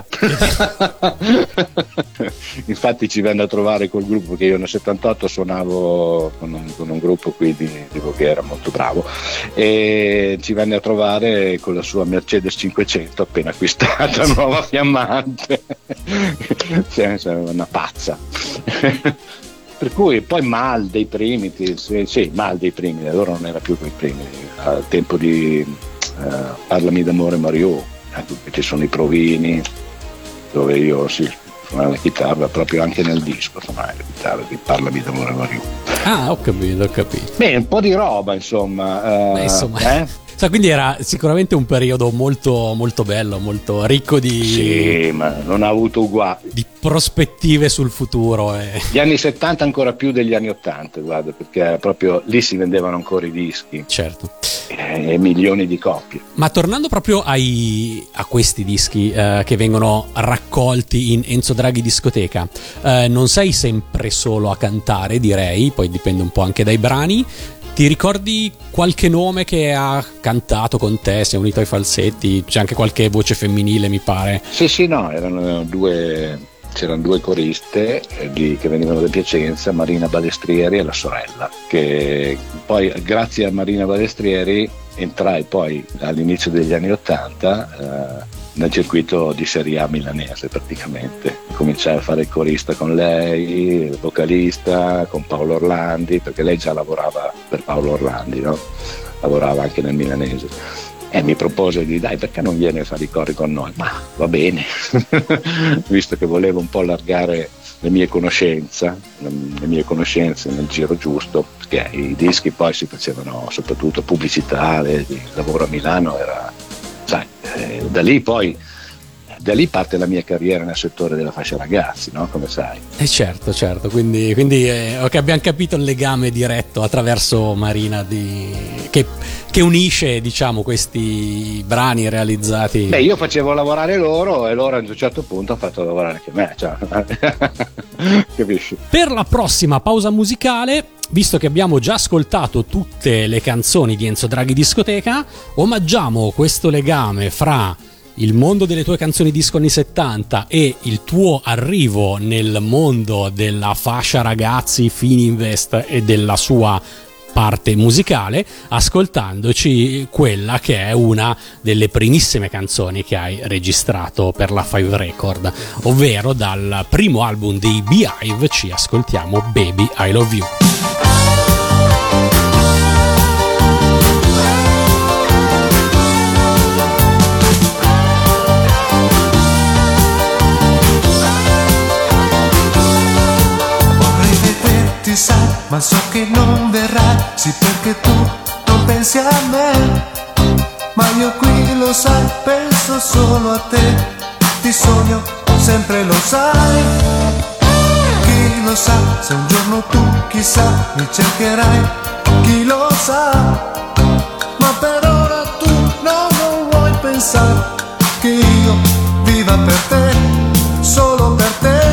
Infatti ci venne a trovare col gruppo, che io nel settantotto suonavo con un, con un gruppo qui di, di Voghera molto bravo, e ci venne a trovare con la sua Mercedes cinquecento appena acquistata, nuova fiammante. Cioè, una pazza. Per cui poi Mal dei primi, sì, sì, Mal dei primi, allora non era più quei primi, al tempo di uh, Parlami d'amore Mario. Ci sono i provini dove io sì, suonavo la chitarra proprio anche nel disco, suonavo la chitarra di Parlami d'amore Mario. Ah, ho capito, ho capito. Beh, un po' di roba insomma. Beh, uh, insomma. Eh? Cioè, quindi era sicuramente un periodo molto molto bello, molto ricco di, sì, ma non ha avuto uguali, di prospettive sul futuro. E... Gli anni settanta ancora più degli anni ottanta, guarda, perché proprio lì si vendevano ancora i dischi. Certo. E, e milioni di copie. Ma tornando proprio ai, a questi dischi eh, che vengono raccolti in Enzo Draghi Discoteca, eh, non sei sempre solo a cantare, direi, poi dipende un po' anche dai brani. Ti ricordi qualche nome che ha cantato con te, si è unito ai falsetti? C'è anche qualche voce femminile, mi pare. Sì, sì, no, erano due, c'erano due coriste eh, di, che venivano da Piacenza, Marina Balestrieri e la sorella, che poi grazie a Marina Balestrieri entrai poi all'inizio degli anni Ottanta eh, nel circuito di Serie A milanese praticamente. Cominciai a fare il corista con lei, il vocalista, con Paolo Orlandi, perché lei già lavorava per Paolo Orlandi, no? Lavorava anche nel milanese. E mi propose di dai, perché non viene a fare i cori con noi? Ma va bene, visto che volevo un po' allargare le mie conoscenze, le mie conoscenze nel giro giusto, perché i dischi poi si facevano soprattutto pubblicità, il lavoro a Milano era, sai, eh, da lì poi da lì parte la mia carriera nel settore della fascia ragazzi, no? Come sai. Eh certo, certo, quindi, quindi eh, okay, abbiamo capito il legame diretto attraverso Marina di, che, che unisce, diciamo, questi brani realizzati. Beh, io facevo lavorare loro e loro a un certo punto hanno fatto lavorare anche me, cioè. Capisci? Per la prossima pausa musicale, visto che abbiamo già ascoltato tutte le canzoni di Enzo Draghi Discoteca, omaggiamo questo legame fra il mondo delle tue canzoni disco anni settanta e il tuo arrivo nel mondo della fascia ragazzi Fininvest e della sua parte musicale, ascoltandoci quella che è una delle primissime canzoni che hai registrato per la Five Record, ovvero dal primo album dei Beehive ci ascoltiamo Baby I Love You. Sai, ma so che non verrai, sì, perché tu non pensi a me, ma io qui lo sai, penso solo a te, ti sogno sempre, lo sai, chi lo sa, se un giorno tu chissà mi cercherai, chi lo sa, ma per ora tu no, non vuoi pensare che io viva per te, solo per te.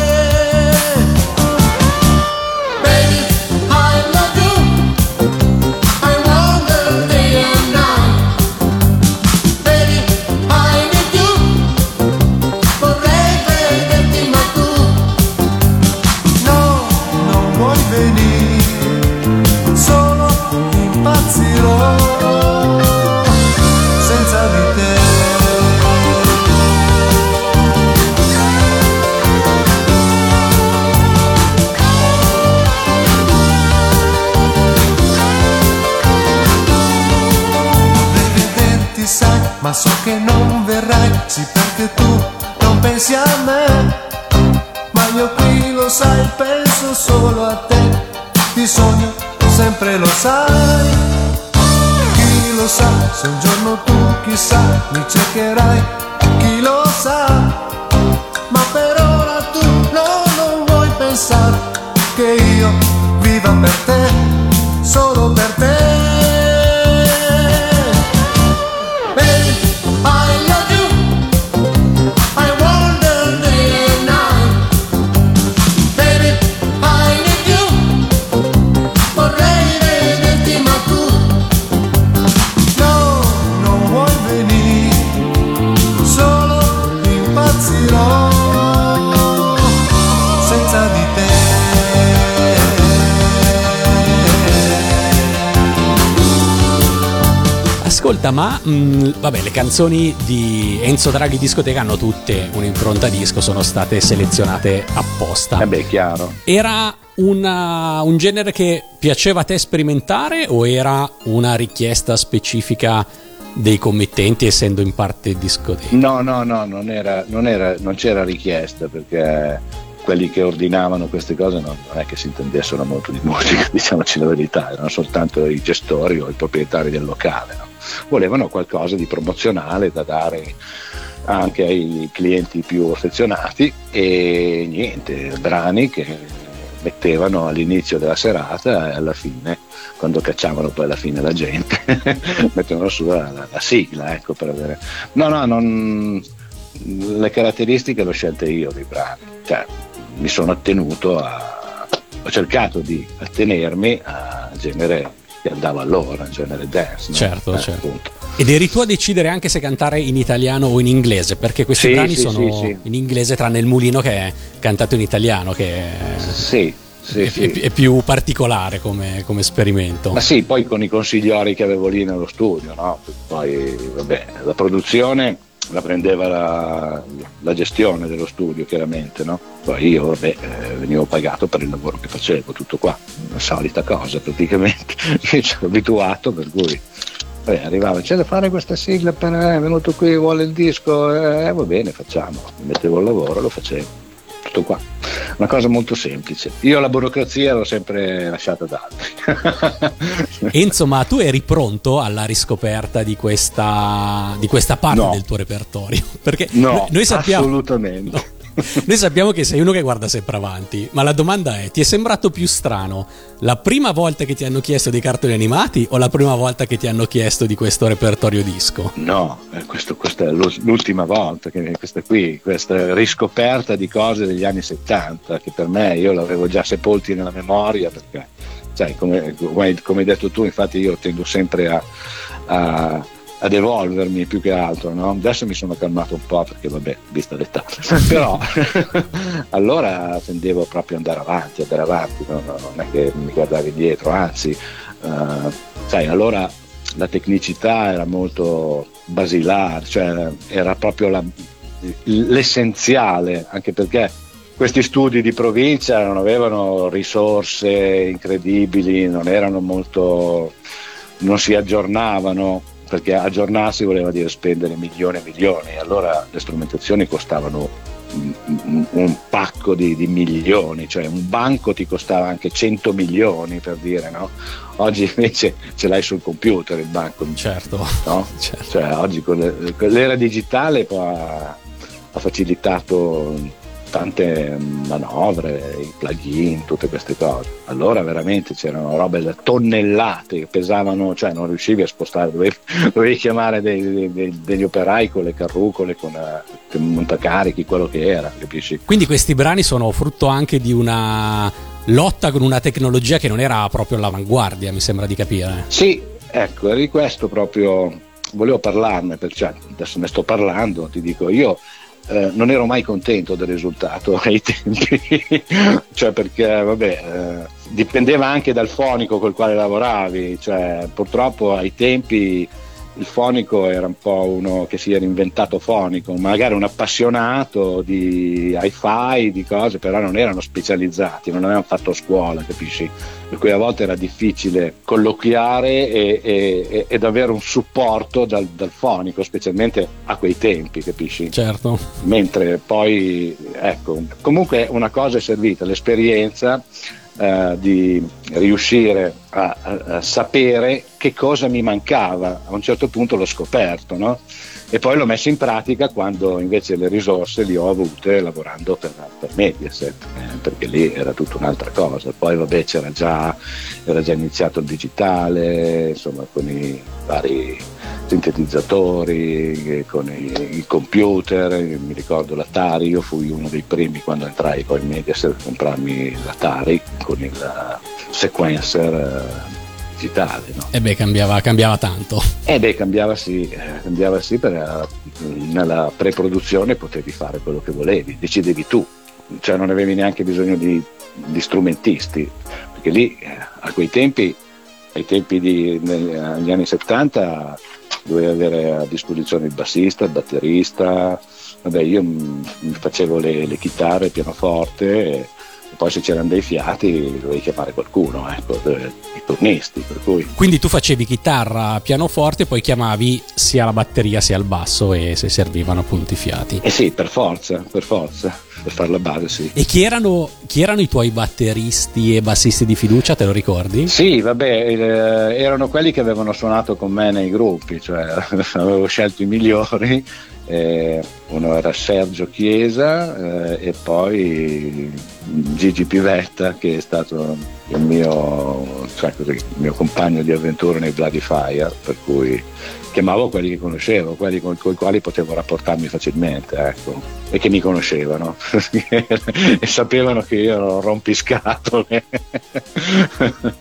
Ma so che non verrai, sì, perché tu non pensi a me, ma io qui lo sai, penso solo a te, ti sogno sempre, lo sai, chi lo sa, se un giorno tu chissà mi cercherai, chi lo sa, ma per ora tu no, non vuoi pensare che io viva per te, solo per te. Ascolta, ma mh, vabbè, le canzoni di Enzo Draghi Discoteca hanno tutte un'impronta disco, sono state selezionate apposta. Eh beh, chiaro. Era una, un genere che piaceva a te sperimentare o era una richiesta specifica dei committenti, essendo in parte discoteca? No, no, no, non era, non era, non c'era richiesta, perché quelli che ordinavano queste cose non, non è che si intendessero molto di musica, diciamoci la verità, erano soltanto i gestori o i proprietari del locale, no? Volevano qualcosa di promozionale da dare anche ai clienti più affezionati e niente, brani che mettevano all'inizio della serata e alla fine, quando cacciavano poi alla fine la gente, mettevano su la, la, la sigla, ecco, per avere. No, no, non, le caratteristiche le ho scelte io dei brani, cioè mi sono attenuto a, ho cercato di attenermi a genere che andava allora, in genere dance, no? Certo, eh, certo. Appunto. Ed eri tu a decidere anche se cantare in italiano o in inglese, perché questi Sì, brani sì, sono sì, sì. in inglese, tranne il Mulino che è cantato in italiano, che è, Sì, sì, è, sì. è- è più particolare come, come esperimento. Ma sì, poi con i consigliori che avevo lì nello studio, no? Poi vabbè, la produzione la prendeva la, la gestione dello studio, chiaramente, no? Poi io vabbè, eh, venivo pagato per il lavoro che facevo, tutto qua, la solita cosa praticamente. Io ci ero abituato, per cui vabbè, arrivava, c'è da fare questa sigla, per, eh, è venuto qui, vuole il disco, eh, va bene, facciamo. Mi mettevo al lavoro, lo facevo, tutto qua. Una cosa molto semplice. Io la burocrazia l'ho sempre lasciata ad altri. Enzo, ma tu eri pronto alla riscoperta di questa, di questa parte No. del tuo repertorio? Perché No, noi, noi sappiamo, assolutamente. no. Noi sappiamo che sei uno che guarda sempre avanti, ma la domanda è: ti è sembrato più strano la prima volta che ti hanno chiesto dei cartoni animati o la prima volta che ti hanno chiesto di questo repertorio disco? No, eh, questo, questa è lo- l'ultima volta che questa qui, questa riscoperta di cose degli anni settanta, che per me io l'avevo già sepolti nella memoria, perché sai, come, come come hai detto tu, infatti io tendo sempre a, a- ad evolvermi più che altro, no? Adesso mi sono calmato un po' perché vabbè, vista l'età, però allora tendevo proprio ad andare avanti, andare avanti, no? No, non è che mi guardavi indietro, anzi, eh, sai, allora la tecnicità era molto basilare, cioè era proprio la- l'essenziale, anche perché questi studi di provincia non avevano risorse incredibili, non erano molto, non si aggiornavano, perché aggiornarsi voleva dire spendere milioni e milioni, allora le strumentazioni costavano un, un- un pacco di, di milioni, cioè un banco ti costava anche cento milioni, per dire, no? Oggi invece ce l'hai sul computer il banco, Certo, no? certo. Cioè oggi con, le- con l'era digitale poi ha, ha facilitato tante manovre, i plugin, tutte queste cose. Allora veramente c'erano robe da tonnellate che pesavano, cioè non riuscivi a spostare, dovevi, dovevi chiamare dei- dei- dei- degli operai con le carrucole, con, eh, con montacarichi, quello che era, capisci? Quindi questi brani sono frutto anche di una lotta con una tecnologia che non era proprio all'avanguardia, mi sembra di capire. Sì, ecco, era di questo proprio volevo parlarne, perché adesso ne sto parlando, ti dico io. Eh, non ero mai contento del risultato ai tempi, cioè perché vabbè, eh, dipendeva anche dal fonico col quale lavoravi, cioè purtroppo ai tempi il fonico era un po' uno che si era inventato fonico, magari un appassionato di hi-fi, di cose, però non erano specializzati, non avevano fatto scuola, capisci? Per cui a volte era difficile colloquiare e, e, ed avere un supporto dal, dal fonico, specialmente a quei tempi, capisci? Certo. Mentre poi, ecco, comunque una cosa è servita, l'esperienza eh, di riuscire a, a, a sapere che cosa mi mancava. A un certo punto l'ho scoperto, no? E poi l'ho messo in pratica quando invece le risorse le ho avute lavorando per, per Mediaset, eh, perché lì era tutta un'altra cosa. Poi vabbè, c'era già, era già iniziato il digitale, insomma, con i vari sintetizzatori, con i, i computer, mi ricordo l'Atari, io fui uno dei primi quando entrai poi in Mediaset a comprarmi l'Atari con il sequencer eh, digitale, no? E beh, cambiava, cambiava tanto. Eh beh, cambiava sì, eh, cambiava sì, perché nella pre-produzione potevi fare quello che volevi, decidevi tu, cioè non avevi neanche bisogno di, di strumentisti, perché lì eh, a quei tempi, ai tempi di, negli anni settanta, dovevi avere a disposizione il bassista, il batterista, vabbè io mi facevo le, le chitarre, il pianoforte, e, e poi se c'erano dei fiati dovevi chiamare qualcuno, ecco, i turnisti, per cui... Quindi tu facevi chitarra, pianoforte, poi chiamavi sia la batteria sia il basso, e se servivano appunto i fiati. Eh sì, per forza, per forza, per fare la base, sì. E chi erano, chi erano i tuoi batteristi e bassisti di fiducia, te lo ricordi? Sì, vabbè, eh, erano quelli che avevano suonato con me nei gruppi, cioè avevo scelto i migliori. Eh, uno era Sergio Chiesa eh, e poi Gigi Pivetta, che è stato il mio, cioè così, il mio compagno di avventura nei Bloody Fire, per cui chiamavo quelli che conoscevo, quelli con i quali potevo rapportarmi facilmente, ecco, e che mi conoscevano e sapevano che io ero un rompiscatole.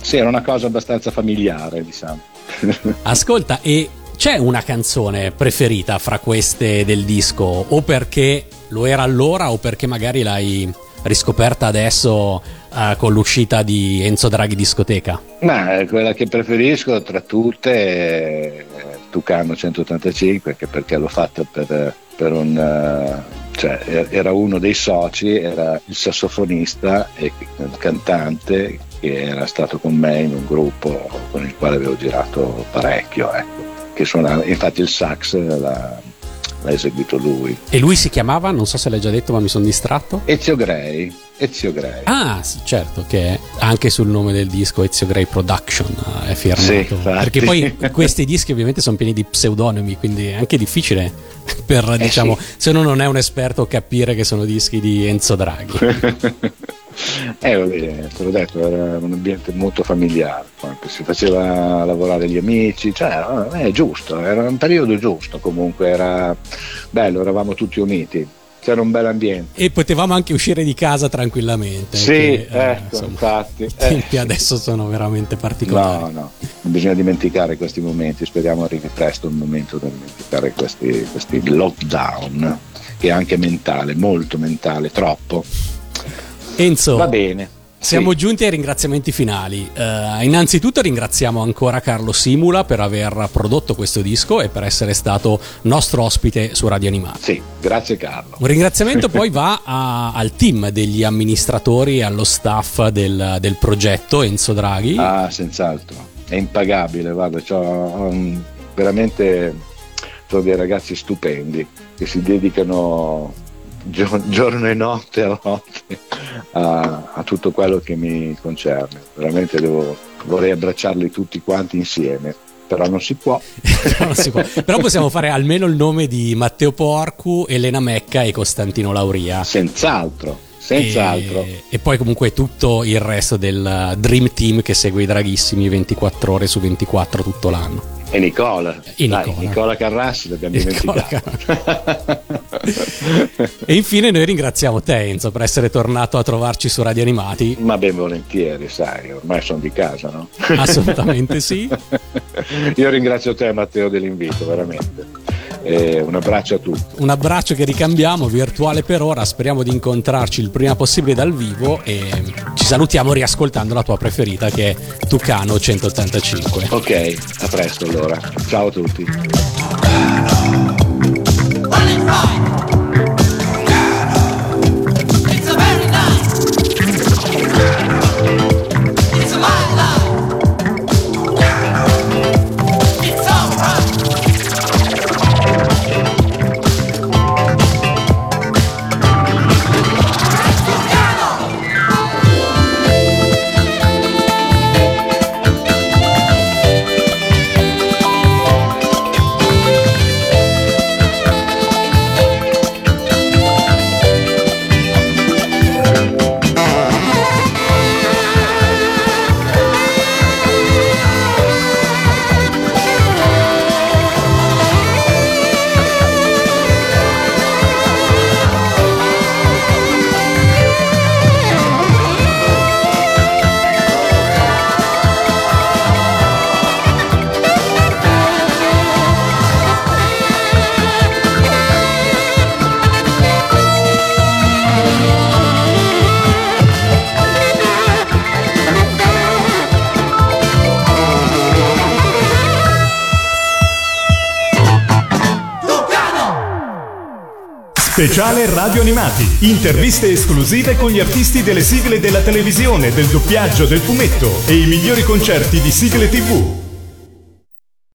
sì, era una cosa abbastanza familiare, diciamo. Ascolta, e c'è una canzone preferita fra queste del disco, o perché lo era allora o perché magari l'hai riscoperta adesso uh, con l'uscita di Enzo Draghi Discoteca? Ma quella che preferisco tra tutte è Tucano centottantacinque, che perché l'ho fatta per, per un uh, cioè era uno dei soci, era il sassofonista e il cantante che era stato con me in un gruppo con il quale avevo girato parecchio, ecco, che suonava, infatti il sax l'ha, l'ha eseguito lui. E lui si chiamava, non so se l'hai già detto ma mi sono distratto, Ezio Grey. Ezio Grey. Ah, sì, certo, che anche sul nome del disco Ezio Grey Production è firmato. Sì, perché poi questi dischi ovviamente sono pieni di pseudonimi, quindi è anche difficile per, eh diciamo, sì. se uno non è un esperto, capire che sono dischi di Enzo Draghi. Eh, va bene, te l'ho detto, era un ambiente molto familiare, si faceva lavorare gli amici, cioè è giusto, era un periodo giusto, comunque era bello, eravamo tutti uniti. C'era un bel ambiente e potevamo anche uscire di casa tranquillamente. Sì, che, ecco, eh, insomma, infatti. I tempi eh. adesso sono veramente particolari. No, no, non bisogna dimenticare questi momenti. Speriamo arrivi presto il momento da dimenticare questi, questi lockdown, che è anche mentale, molto mentale, troppo. Enzo, va bene. Siamo sì. giunti ai ringraziamenti finali. Uh, innanzitutto ringraziamo ancora Carlo Simula per aver prodotto questo disco e per essere stato nostro ospite su Radio Animati. Sì, grazie Carlo. Un ringraziamento poi va a, al team degli amministratori e allo staff del, del progetto Enzo Draghi. Ah, senz'altro, è impagabile, guarda, c'ho, um, veramente sono dei ragazzi stupendi che si dedicano giorno e notte a volte a, a tutto quello che mi concerne. Veramente devo, vorrei abbracciarli tutti quanti insieme, però non si può. non si può. Però possiamo fare almeno il nome di Matteo Porcu, Elena Mecca e Costantino Lauria. Senz'altro, senz'altro. E, e poi comunque tutto il resto del Dream Team che segue i Draghissimi ventiquattro ore su ventiquattro tutto l'anno. E Nicola, e Dai, Nicola. Nicola Carrassi l'abbiamo dimenticato. E infine noi ringraziamo te, Enzo, per essere tornato a trovarci su Radio Animati. Ma ben volentieri, sai, ormai sono di casa, no? Assolutamente sì. Io ringrazio te, Matteo, dell'invito, veramente. E un abbraccio a tutti. Un abbraccio che ricambiamo, virtuale per ora. Speriamo di incontrarci il prima possibile dal vivo e ci salutiamo riascoltando la tua preferita, che è Tucano centottantacinque. Ok, a presto allora. Ciao a tutti. Speciale Radio Animati. Interviste esclusive con gli artisti delle sigle della televisione, del doppiaggio, del fumetto e i migliori concerti di sigle tivù.